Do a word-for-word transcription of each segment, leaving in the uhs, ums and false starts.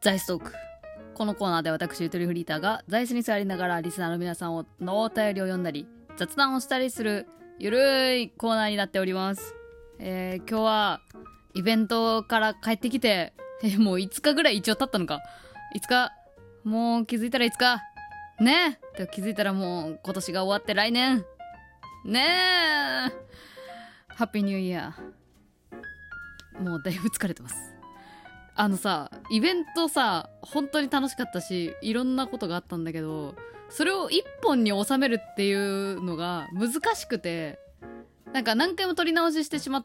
ザイストーク。このコーナーで私ゆとりフリーターが座椅子に座りながらリスナーの皆さんをのお便りを読んだり雑談をしたりするゆるいコーナーになっております。えー、今日はイベントから帰ってきて、えー、もういつかぐらい一応経ったのか。いつか、もう気づいたらいつかねえって気づいたらもう今年が終わって来年ねえハッピーニューイヤー。もうだいぶ疲れてます。あのさ、イベントさ、本当に楽しかったし、いろんなことがあったんだけど、それを一本に収めるっていうのが難しくて、なんか何回も撮り直ししてしまって、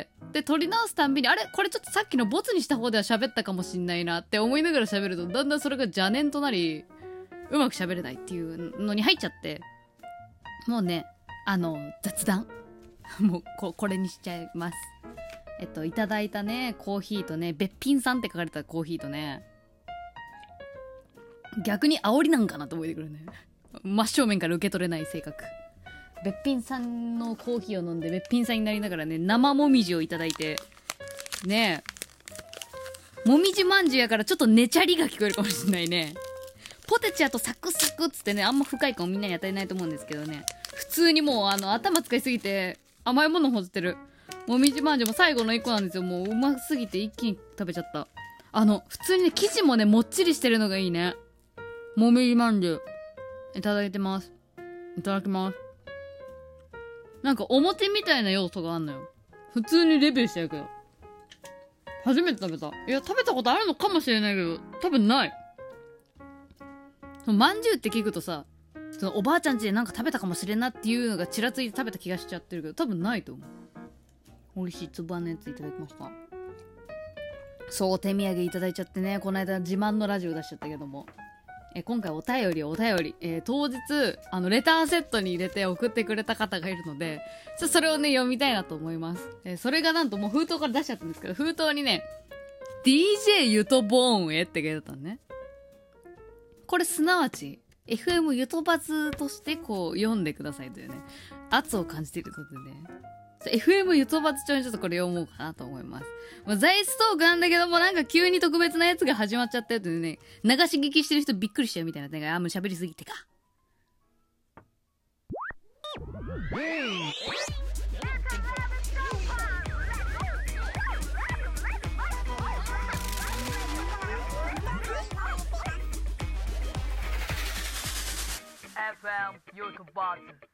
で、撮り直すたんびに、あれこれちょっとさっきのボツにした方では喋ったかもしんないなって思いながら喋ると、だんだんそれが邪念となり、うまく喋れないっていうのに入っちゃって、もうね、あの、雑談もうこ、これにしちゃいます。えっと、いただいたね、コーヒーとね、べっぴんさんって書かれたコーヒーとね、逆に煽りなんかなと思えてくるね。真正面から受け取れない性格。べっぴんさんのコーヒーを飲んでべっぴんさんになりながらね、生もみじをいただいて、ねえ、もみじまんじゅうやからちょっとねちゃりが聞こえるかもしれないね。ポテチやとサクサクっつってね、あんま深い感をみんなに与えないと思うんですけどね、普通にもうあの頭使いすぎて甘いものほずってるもみじまんじゅうも最後のいっこなんですよ。もううますぎて一気に食べちゃった。あの普通にね、生地もねもっちりしてるのがいいね。もみじまんじゅういただいてます。いただきます。なんかお餅みたいな要素があんのよ。普通にレビューしてるけど初めて食べた。いや食べたことあるのかもしれないけど多分ない。まんじゅうって聞くとさ、そのおばあちゃん家でなんか食べたかもしれんなっていうのがちらついて食べた気がしちゃってるけど多分ないと思う。美味しいつぶあんのやついただきました。そう手土産いただいちゃってね、この間自慢のラジオ出しちゃったけども、え今回お便りお便り、えー、当日あのレターセットに入れて送ってくれた方がいるので、ちょそれをね読みたいなと思います。えー、それがなんともう封筒から出しちゃったんですけど、封筒にね ディージェー ゆとボーンへって書いてあったのね。これすなわち エフエム ゆとばずとしてこう読んでくださいというね、圧を感じていることでね、エフエム ゆとばつ帳にちょっとこれ読もうかなと思います。まあ、ザイストークなんだけども、なんか急に特別なやつが始まっちゃったよというね、流し聞きしてる人びっくりしちゃうみたいな点が、あ、もう喋りすぎてか。エフエム ゆとばつ。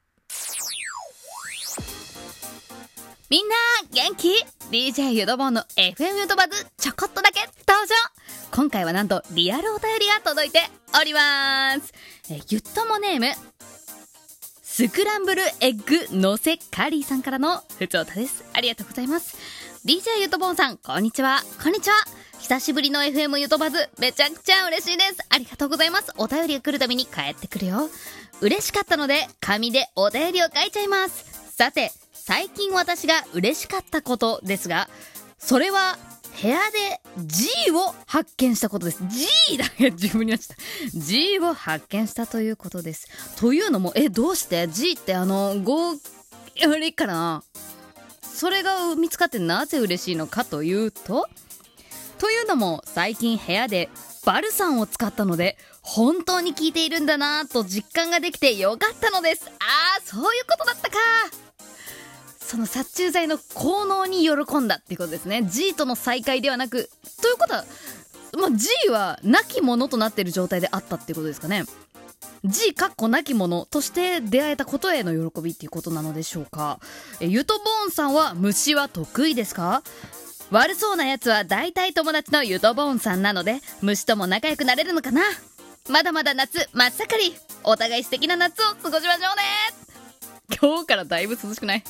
みんな元気？ ディージェー ゆとぼんの エフエム ゆとばずちょこっとだけ登場。今回はなんとリアルお便りが届いております。えゆっともネームスクランブルエッグのせカリーさんからのふつおたです。ありがとうございます。 ディージェー ゆとぼんさんこんにちは。こんにちは。久しぶりの エフエム ゆとばずめちゃくちゃ嬉しいです。ありがとうございます。お便りが来るたびに帰ってくるよ。嬉しかったので紙でお便りを書いちゃいます。さて最近私が嬉しかったことですが、それは部屋で G を発見したことです。 G だけ自分になっちゃった。 G を発見したということです。というのもえどうして G ってあのごよりからな、それが見つかってなぜ嬉しいのかというとというのも最近部屋でバルサンを使ったので本当に効いているんだなと実感ができてよかったのです。あーそういうことだったか。その殺虫剤の効能に喜んだっていうことですね。 G との再会ではなく、ということは、まあ、G は亡き者となっている状態であったっていうことですかね。 G かっこ亡き者として出会えたことへの喜びっていうことなのでしょうか。えゆとぼーんさんは虫は得意ですか？悪そうなやつは大体友達のゆとぼーんさんなので虫とも仲良くなれるのかな。まだまだ夏真っ盛り、お互い素敵な夏を過ごしましょうね。今日からだいぶ涼しくない？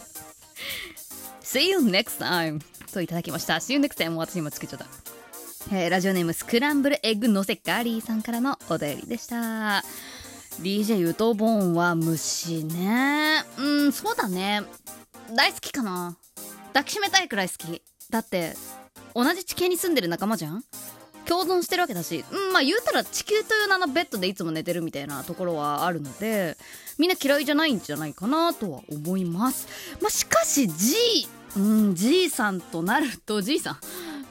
See you next time といただきました。 See you next time も私にもつけちゃった、えー、ラジオネームスクランブルエッグのせガリーさんからのお便りでした。 ディージェー ゆとぼんは虫ね、うんそうだね、大好きかな。抱きしめたいくらい好きだって、同じ地球に住んでる仲間じゃん。共存してるわけだし、うん、まあ言うたら地球という名のベッドでいつも寝てるみたいなところはあるので、みんな嫌いじゃないんじゃないかなとは思います。まあしかし G、うん、G さんとなると G さん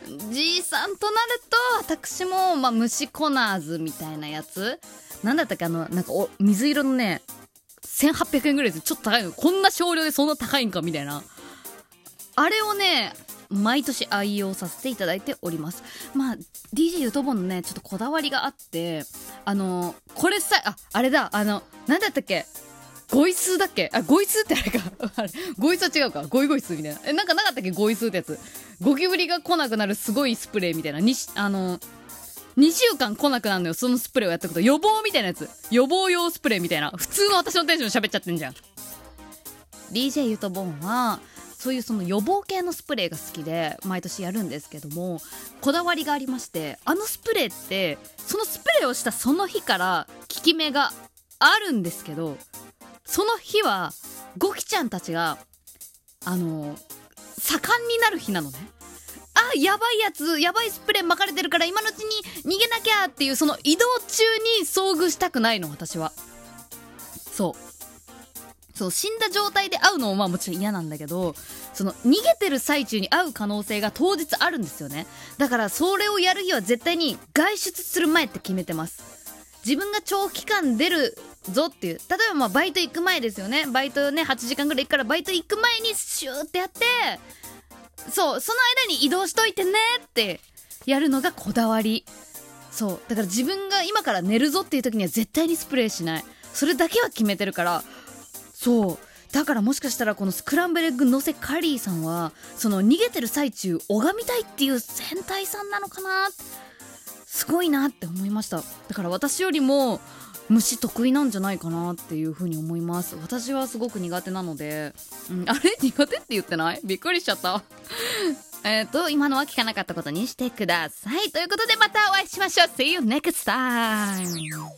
じいさんとなると私も、まあ、虫コナーズみたいなやつなんだったっけ、あのなんかお水色のねせんはっぴゃくえんぐらいでちょっと高いの、こんな少量でそんな高いんかみたいな、あれをね毎年愛用させていただいております。まあ ディージェー ゆとぼんのねちょっとこだわりがあって、あのこれさああれだ、あのなんだったっけ、ゴイスーだっけ、あゴイスーってあれかあれゴイスーは違うか、ゴイゴイスーみたいな、えなんかなかったっけゴイスーってやつ、ゴキブリが来なくなるすごいスプレーみたいな、にあのにしゅうかん来なくなるのよ、そのスプレーをやったこと、予防みたいなやつ、予防用スプレーみたいな、普通の私のテンション喋っちゃってんじゃん。 ディージェー ゆとぼんはそういうその予防系のスプレーが好きで毎年やるんですけども、こだわりがありまして、あのスプレーってそのスプレーをしたその日から効き目があるんですけど、その日はゴキちゃんたちがあの盛んになる日なのね。あ、やばいやつ、やばいスプレー巻かれてるから今のうちに逃げなきゃっていう、その移動中に遭遇したくないの私は。そうそう、死んだ状態で会うのもまあもちろん嫌なんだけど、その逃げてる最中に会う可能性が当日あるんですよね。だからそれをやる日は絶対に外出する前って決めてます。自分が長期間出るぞっていう、例えばまあバイト行く前ですよね。バイトねはちじかんぐらい行くから、バイト行く前にシューってやって、そうその間に移動しといてねってやるのがこだわり。そうだから自分が今から寝るぞっていう時には絶対にスプレーしない、それだけは決めてるから。そうだからもしかしたらこのスクランブルエッグのせカリーさんはその逃げてる最中拝みたいっていう戦隊さんなのかな、すごいなって思いました。だから私よりも虫得意なんじゃないかなっていう風に思います。私はすごく苦手なので、うん、あれ苦手って言ってない？びっくりしちゃったえっと今のは聞かなかったことにしてください。ということでまたお会いしましょう。 See you next time。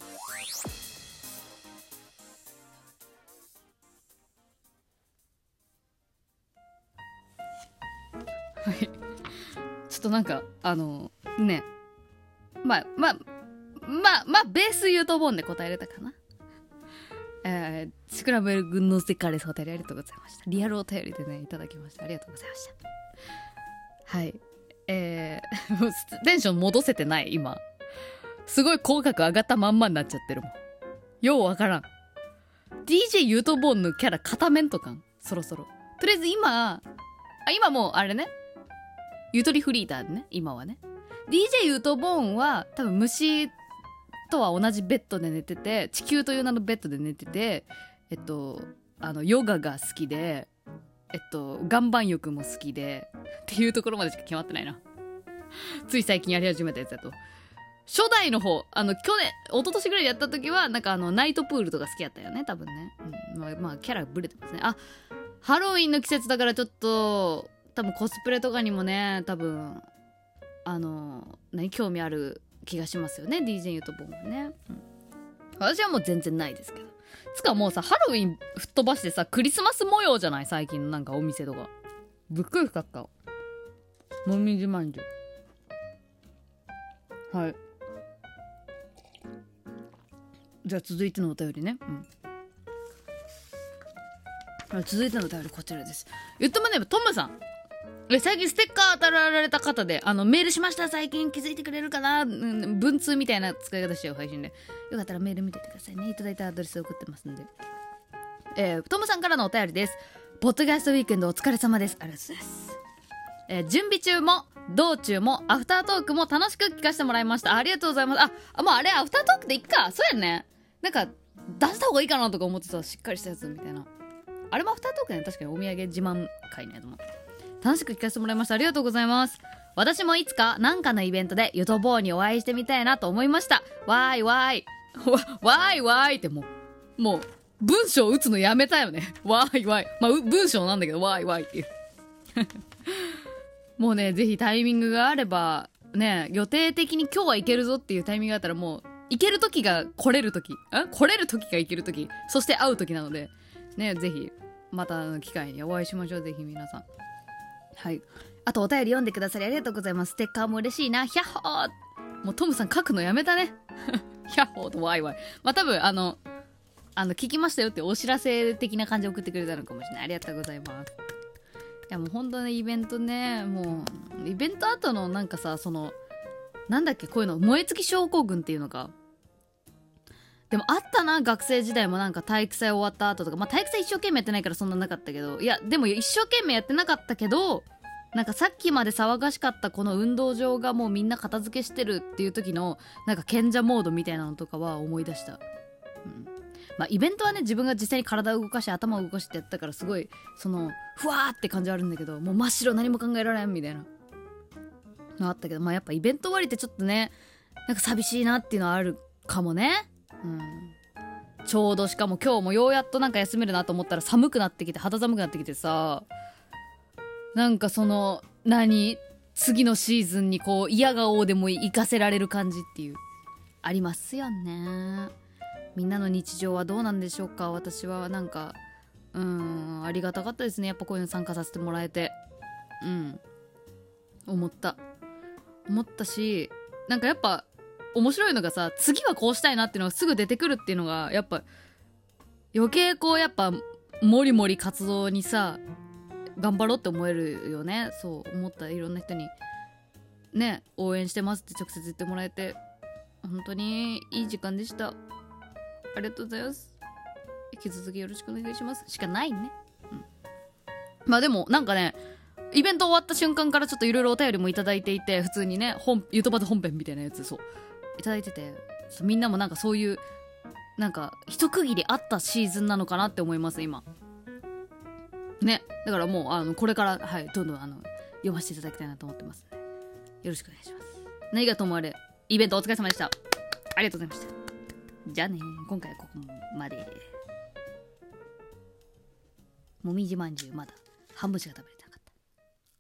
はい、ちょっとなんかあのねまあまあまあまあベース言うと思うんで答えれたかな。えー、スクランブルエッグのせカレーお便りありがとうございました。リアルお便りでねいただきました。ありがとうございました。はい、えー、テンション戻せてない今。すごい口角上がったまんまになっちゃってるもん。ようわからん。 ディージェー ユートボーンのキャラ片面とかんそろそろ。とりあえず今あ今もうあれねゆとりフリーターでね今はね ディージェー ユートボーンは多分虫とは同じベッドで寝てて、地球という名のベッドで寝てて、えっとあのヨガが好きで、えっと岩盤浴も好きでっていうところまでしか決まってないな。つい最近やり始めたやつだと初代の方、あの去年一昨年ぐらいでやった時はなんかあのナイトプールとか好きやったよね多分ね、うん、まあ、まあキャラブレてますね。あ、ハロウィンの季節だからちょっと多分コスプレとかにもね多分あの何興味ある気がしますよね ディージェー ユートボーンはね、うん、私はもう全然ないですけど。つかもうさハロウィン吹っ飛ばしてさクリスマス模様じゃない最近のなんかお店とか。ぶっくりしたっかもみじまんじゅう。はい、じゃあ続いてのお便りね、うん、続いてのお便りこちらです。言ってもねトムさん、え最近ステッカー当たられた方であのメールしました。最近気づいてくれるかな、うん、文通みたいな使い方しちゃう配信で、よかったらメール見ててくださいね。いただいたアドレス送ってますんで、えー、トムさんからのお便りです。ポッドキャストウィークエンドお疲れ様です。ありがとうございます。えー、準備中も道中もアフタートークも楽しく聞かせてもらいました。ありがとうございます。ああもうあれアフタートークでいっか。そうやね、なんか出した方がいいかなとか思ってた、しっかりしたやつみたいな。あれもアフタートークね、確かにお土産自慢会のやつも楽しく聞かせてもらいました。ありがとうございます。私もいつか何かのイベントでゆとぼうにお会いしてみたいなと思いました。わーいわーいわーいわーいってもうもう文章打つのやめたよね。わーいわーい、まあ文章なんだけどわーいわーいっていうもうねぜひタイミングがあればね、予定的に今日は行けるぞっていうタイミングがあったらもう行ける時が来れる時ん来れる時が行ける時、そして会う時なのでね、ぜひまたの機会にお会いしましょう。ぜひ皆さん。はい、あとお便り読んでくださりありがとうございます。ステッカーも嬉しいな。ヒャッホー。もうトムさん書くのやめたねヒャッホーとワイワイ。まあ多分あのあの聞きましたよってお知らせ的な感じで送ってくれたのかもしれない。ありがとうございます。 やもう本当ねイベントね、もうイベント後のなんかさ、そのなんだっけ、こういうの燃え尽き症候群っていうのか。でもあったな、学生時代もなんか体育祭終わった後とか、まあ体育祭一生懸命やってないからそんななかったけど、いやでも一生懸命やってなかったけど、なんかさっきまで騒がしかったこの運動場がもうみんな片付けしてるっていう時のなんか賢者モードみたいなのとかは思い出した。うん、まあイベントはね、自分が実際に体を動かして頭を動かしてやったからすごいそのふわーって感じはあるんだけど、もう真っ白何も考えられんみたいなのあったけど、まあやっぱイベント終わりってちょっとね、なんか寂しいなっていうのはあるかもね。うん、ちょうどしかも今日もようやっとなんか休めるなと思ったら寒くなってきて、肌寒くなってきてさ、なんかその何次のシーズンにこう嫌顔でも行かせられる感じっていうありますよね。みんなの日常はどうなんでしょうか。私はなんかうーんありがたかったですね、やっぱこういうの参加させてもらえて。うん思った思ったし、なんかやっぱ面白いのがさ、次はこうしたいなっていうのがすぐ出てくるっていうのがやっぱ余計こうやっぱもりもり活動にさ頑張ろうって思えるよね。そう思った。いろんな人にね応援してますって直接言ってもらえて本当にいい時間でした。ありがとうございます。引き続きよろしくお願いしますしかないね。うん、まあでもなんかね、イベント終わった瞬間からちょっといろいろお便りもいただいていて、普通にね本ゆとばず本編みたいなやつそういただいてて、みんなもなんかそういうなんか一区切りあったシーズンなのかなって思います今ね。だからもうあのこれからはいどんどんあの読ませていただきたいなと思ってますので、よろしくお願いします。何がともあれイベントお疲れ様でした。ありがとうございました。じゃあね、今回はここまで。もみじまんじゅうまだ半分しか食べれない。